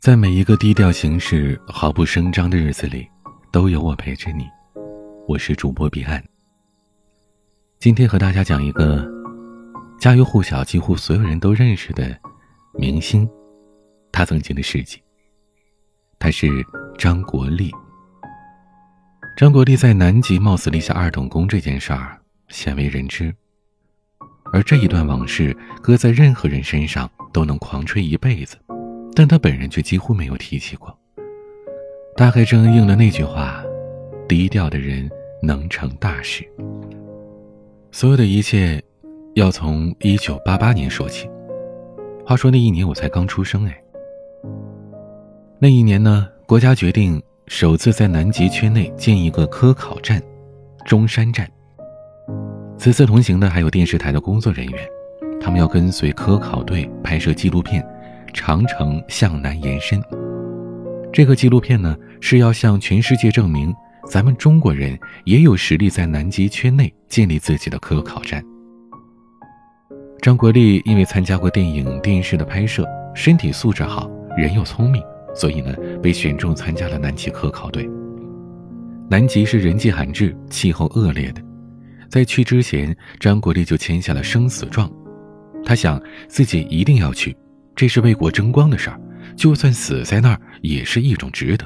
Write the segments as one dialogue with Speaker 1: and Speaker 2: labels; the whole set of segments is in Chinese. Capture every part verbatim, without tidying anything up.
Speaker 1: 在每一个低调行事、毫不声张的日子里，都有我陪着你。我是主播彼岸。今天和大家讲一个家喻户晓、几乎所有人都认识的明星，他曾经的事迹。他是张国立。张国立在南极冒死立下二等功这件事儿鲜为人知，而这一段往事搁在任何人身上都能狂吹一辈子，但他本人却几乎没有提起过。大概正应了那句话，低调的人能成大事。所有的一切要从一九八八年说起。话说那一年我才刚出生哎。那一年呢，国家决定首次在南极圈内建一个科考站，中山站。此次同行的还有电视台的工作人员，他们要跟随科考队拍摄纪录片《长城向南延伸》。这个纪录片呢，是要向全世界证明咱们中国人也有实力在南极圈内建立自己的科考站。张国立因为参加过电影电视的拍摄，身体素质好，人又聪明，所以呢被选中参加了南极科考队。南极是人迹罕至，气候恶劣的，在去之前，张国立就签下了生死状。他想自己一定要去，这是为国争光的事儿，就算死在那儿也是一种值得。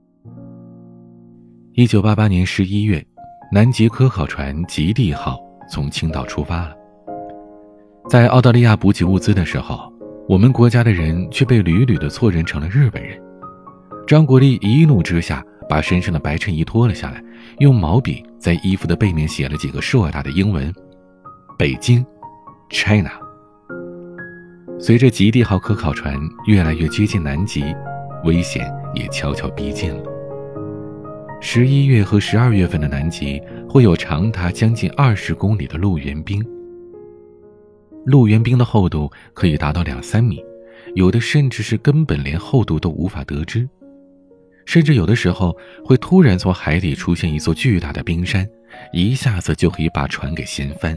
Speaker 1: 一九八八年十一月，南极科考船极地号从青岛出发了。在澳大利亚补给物资的时候，我们国家的人却被屡屡的错认成了日本人。张国立一怒之下，把身上的白衬衣脱了下来，用毛笔在衣服的背面写了几个硕大的英文：北京 China。 随着极地号科考船越来越接近南极，危险也悄悄逼近了。十一月和十二月份的南极会有长达将近二十公里的陆源冰，陆源冰的厚度可以达到两三米，有的甚至是根本连厚度都无法得知，甚至有的时候会突然从海底出现一座巨大的冰山，一下子就可以把船给掀翻。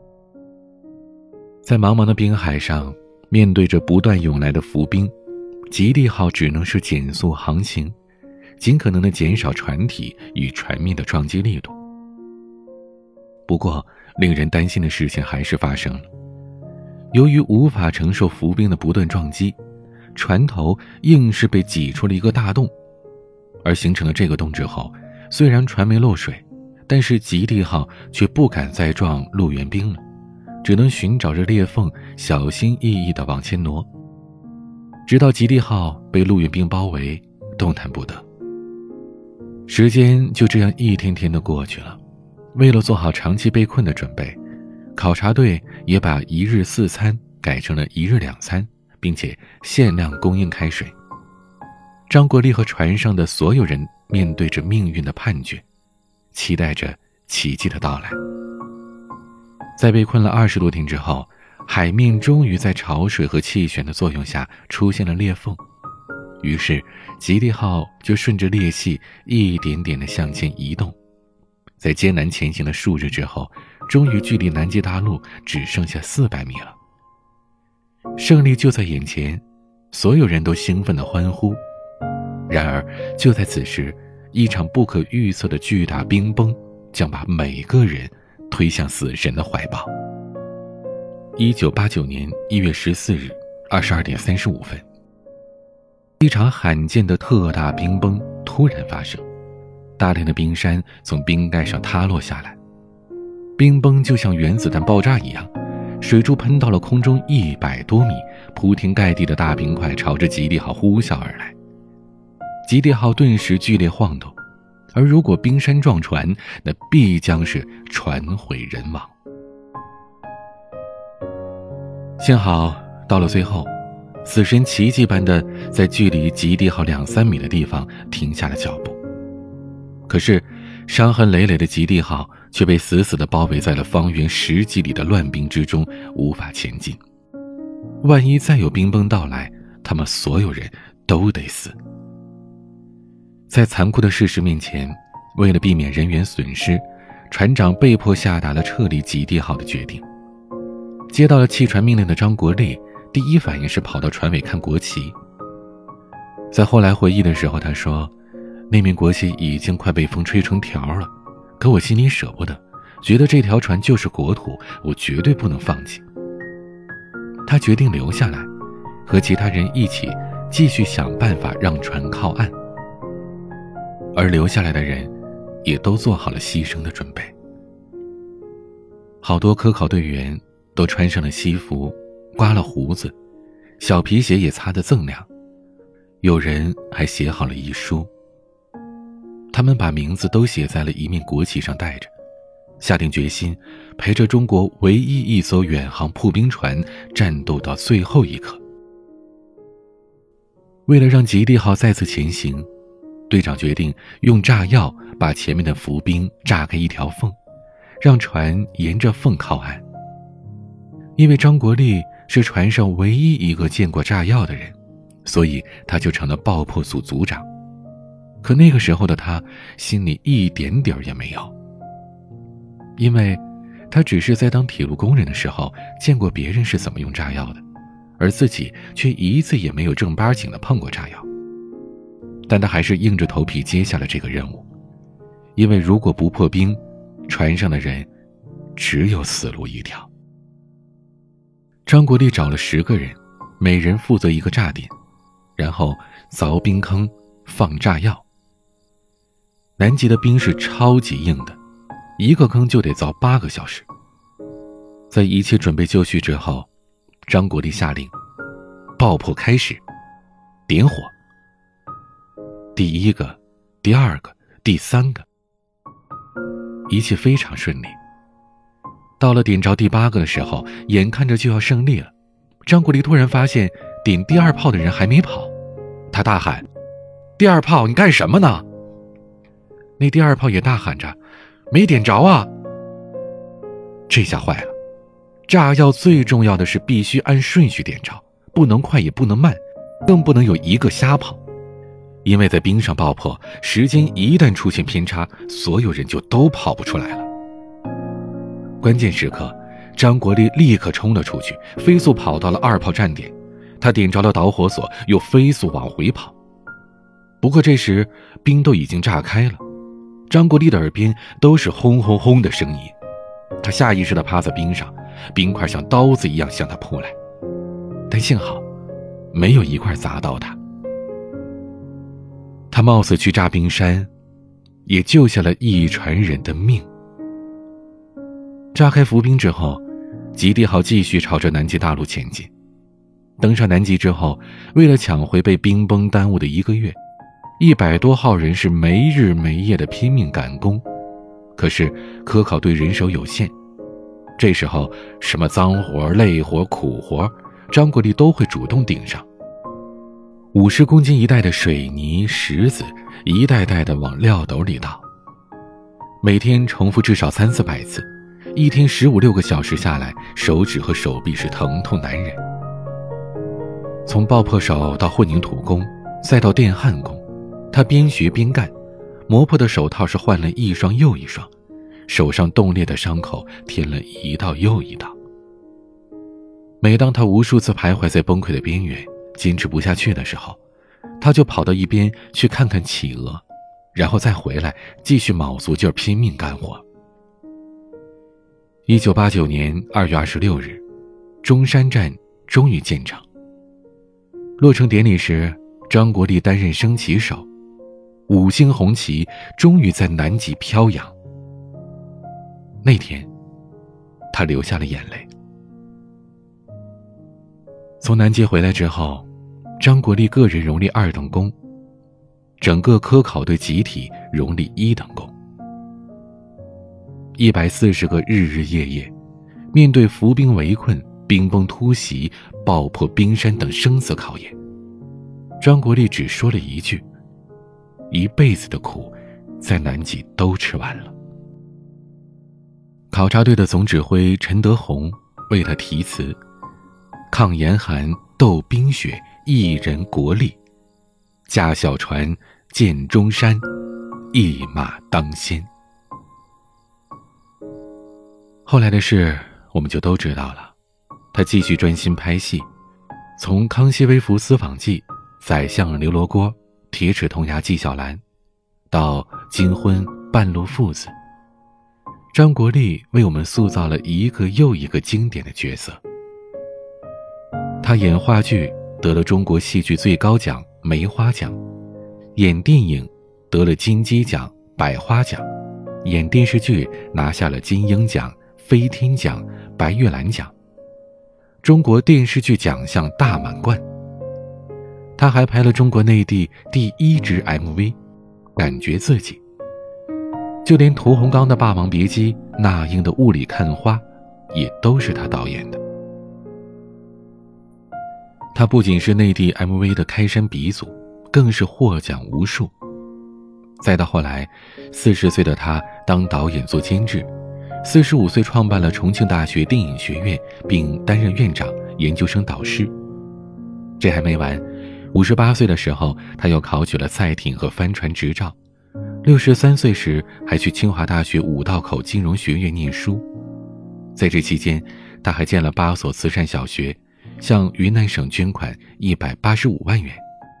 Speaker 1: 在茫茫的冰海上，面对着不断涌来的浮冰，极地号只能是减速航行，尽可能的减少船体与船面的撞击力度。不过令人担心的事情还是发生了。由于无法承受浮冰的不断撞击，船头硬是被挤出了一个大洞。而形成了这个洞之后，虽然船没漏水，但是极地号却不敢再撞陆源冰了，只能寻找着裂缝，小心翼翼地往前挪，直到极地号被陆源冰包围，动弹不得。时间就这样一天天地过去了。为了做好长期被困的准备，考察队也把一日四餐改成了一日两餐，并且限量供应开水。张国立和船上的所有人面对着命运的判决，期待着奇迹的到来。在被困了二十多天之后，海面终于在潮水和气旋的作用下出现了裂缝，于是极地号就顺着裂隙一点点地向前移动。在艰难前行的数日之后，终于距离南极大陆只剩下四百米了。胜利就在眼前，所有人都兴奋地欢呼。然而就在此时，一场不可预测的巨大冰崩将把每个人推向死神的怀抱。一九八九年一月十四日二十二点三十五分，一场罕见的特大冰崩突然发生，大量的冰山从冰盖上塌落下来，冰崩就像原子弹爆炸一样，水柱喷到了空中一百多米，铺天盖地的大冰块朝着极地号呼啸而来。极地号顿时剧烈晃动，而如果冰山撞船，那必将是船毁人亡。幸好到了最后，死神奇迹般的在距离极地号两三米的地方停下了脚步。可是伤痕累累的极地号却被死死地包围在了方圆十几里的乱冰之中，无法前进。万一再有冰崩到来，他们所有人都得死。在残酷的事实面前，为了避免人员损失，船长被迫下达了撤离极地号的决定。接到了弃船命令的张国立第一反应是跑到船尾看国旗。 在后来回忆的时候，他说那面国旗已经快被风吹成条了，可我心里舍不得，觉得这条船就是国土，我绝对不能放弃。他决定留下来，和其他人一起继续想办法让船靠岸，而留下来的人也都做好了牺牲的准备。好多科考队员都穿上了西服，刮了胡子，小皮鞋也擦得锃亮，有人还写好了遗书。他们把名字都写在了一面国旗上带着，下定决心陪着中国唯一一艘远航破冰船战斗到最后一刻。为了让吉利号再次前行，队长决定用炸药把前面的浮冰炸开一条缝，让船沿着缝靠岸。因为张国立是船上唯一一个见过炸药的人，所以他就成了爆破组组长。可那个时候的他心里一点点也没有，因为他只是在当铁路工人的时候见过别人是怎么用炸药的，而自己却一次也没有正八经的碰过炸药。但他还是硬着头皮接下了这个任务，因为如果不破冰，船上的人只有死路一条。张国立找了十个人，每人负责一个炸点，然后凿冰坑放炸药。南极的冰是超级硬的，一个坑就得凿八个小时。在一切准备就绪之后，张国立下令爆破开始，点火。第一个，第二个，第三个，一切非常顺利。到了点着第八个的时候，眼看着就要胜利了，张国立突然发现点第二炮的人还没跑，他大喊：第二炮，你干什么呢？那第二炮也大喊着：没点着啊！这下坏了，炸药最重要的是必须按顺序点着，不能快也不能慢，更不能有一个瞎跑。因为在冰上爆破，时间一旦出现偏差，所有人就都跑不出来了。关键时刻，张国立立刻冲了出去，飞速跑到了二炮站点，他点着了导火索，又飞速往回跑。不过这时冰都已经炸开了，张国立的耳边都是轰轰轰的声音，他下意识地趴在冰上，冰块像刀子一样向他扑来，但幸好没有一块砸到他。他冒死去炸冰山，也救下了一船人的命。炸开浮冰之后，吉利号继续朝着南极大陆前进。登上南极之后，为了抢回被冰崩耽误的一个月，一百多号人是没日没夜的拼命赶工。可是科考队人手有限，这时候什么脏活、累活、苦活，张国立都会主动顶上。五十公斤一袋的水泥、石子，一袋袋的往料斗里倒，每天重复至少三四百次，一天十五六个小时下来，手指和手臂是疼痛难忍。从爆破手到混凝土工，再到电焊工，他边学边干，磨破的手套是换了一双又一双，手上冻裂的伤口添了一道又一道。每当他无数次徘徊在崩溃的边缘，坚持不下去的时候，他就跑到一边去看看企鹅，然后再回来继续卯足劲儿拼命干活。一九八九年二月二十六日，中山站终于建成。落成典礼时，张国立担任升旗手，五星红旗终于在南极飘扬。那天，他流下了眼泪。从南极回来之后，张国立个人荣立二等功，整个科考队集体荣立一等功。一百四十个日日夜夜，面对浮冰围困、冰崩突袭、爆破冰山等生死考验，张国立只说了一句：一辈子的苦在南极都吃完了。考察队的总指挥陈德宏为他题词：抗严寒，斗冰雪，一人国力，驾小船，见中山，一马当先。后来的事我们就都知道了，他继续专心拍戏，从《康熙微服私访记》 宰相刘罗锅、铁齿铜牙纪晓岚，到金婚半路父子，张国立为我们塑造了一个又一个经典的角色。他演话剧得了中国戏剧最高奖梅花奖，演电影得了金鸡奖、百花奖，演电视剧拿下了金鹰奖、飞天奖、白玉兰奖，中国电视剧奖项大满贯。他还拍了中国内地第一支 M V《感觉自己》，就连屠洪刚的《霸王别姬》、那英的《雾里看花》也都是他导演的。他不仅是内地 M V 的开山鼻祖，更是获奖无数。再到后来，四十岁的他当导演做监制，四十五岁创办了重庆大学电影学院，并担任院长、研究生导师。这还没完，五十八岁的时候，他又考取了赛艇和帆船执照。六十三岁时，还去清华大学五道口金融学院念书。在这期间，他还建了八所慈善小学，向云南省捐款一百八十五万元。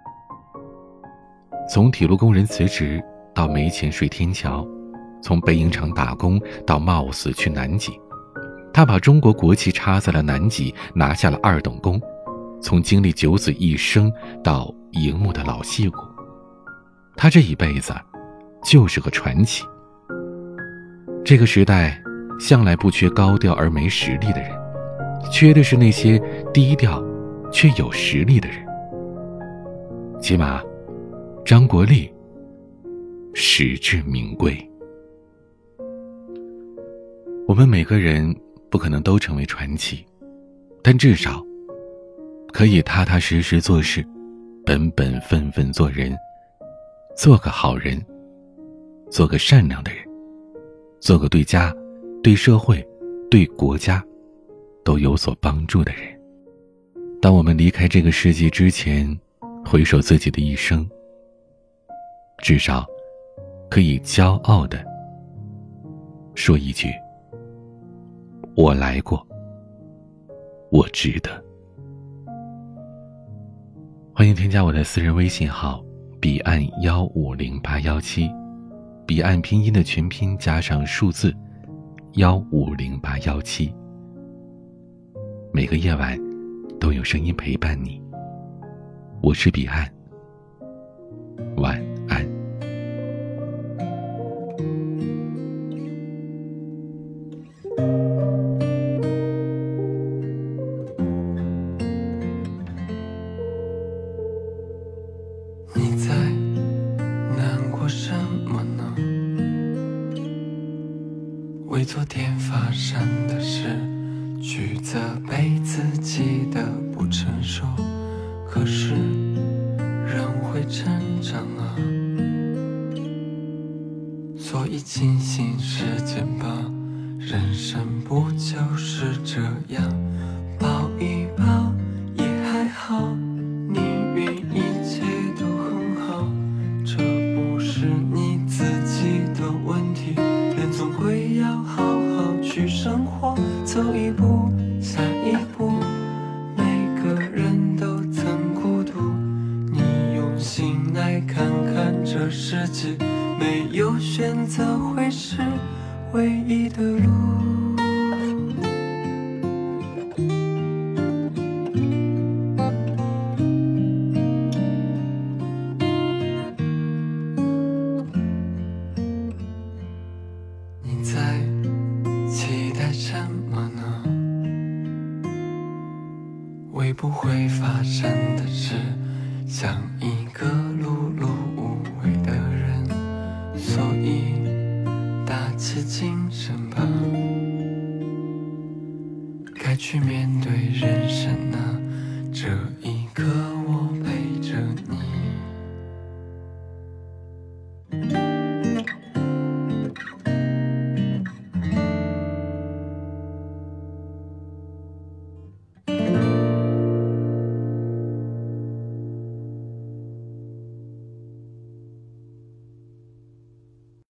Speaker 1: 从铁路工人辞职到没钱睡天桥，从北影厂打工到冒死去南极，他把中国国旗插在了南极，拿下了二等功。从经历九死一生到荧幕的老戏骨，他这一辈子就是个传奇。这个时代向来不缺高调而没实力的人，缺的是那些低调却有实力的人。起码张国立实至名归。我们每个人不可能都成为传奇，但至少可以踏踏实实做事，本本分分做人，做个好人，做个善良的人，做个对家、对社会、对国家都有所帮助的人。当我们离开这个世界之前，回首自己的一生，至少可以骄傲地说一句：我来过，我值得。欢迎添加我的私人微信号彼岸一五零八一七，彼岸拼音的全拼加上数字一五零八一七。每个夜晚都有声音陪伴你，我是彼岸，晚安。
Speaker 2: 你在难过什么呢？为昨天发生的事去责备自己的不成熟，可是人会成长啊，所以庆幸时间吧，人生不就是这样，抱一抱也还好，你愿一切都很好，这不是你自己的问题，人总会要好好去生活，走一步下一步，每个人都曾孤独，你用心来看看这世界，没有选择会是唯一的路。你在期待什么呢？为不会发生的事，像一个碌碌无为的人，所以打起精神吧，该去面对人生啊，这一刻我陪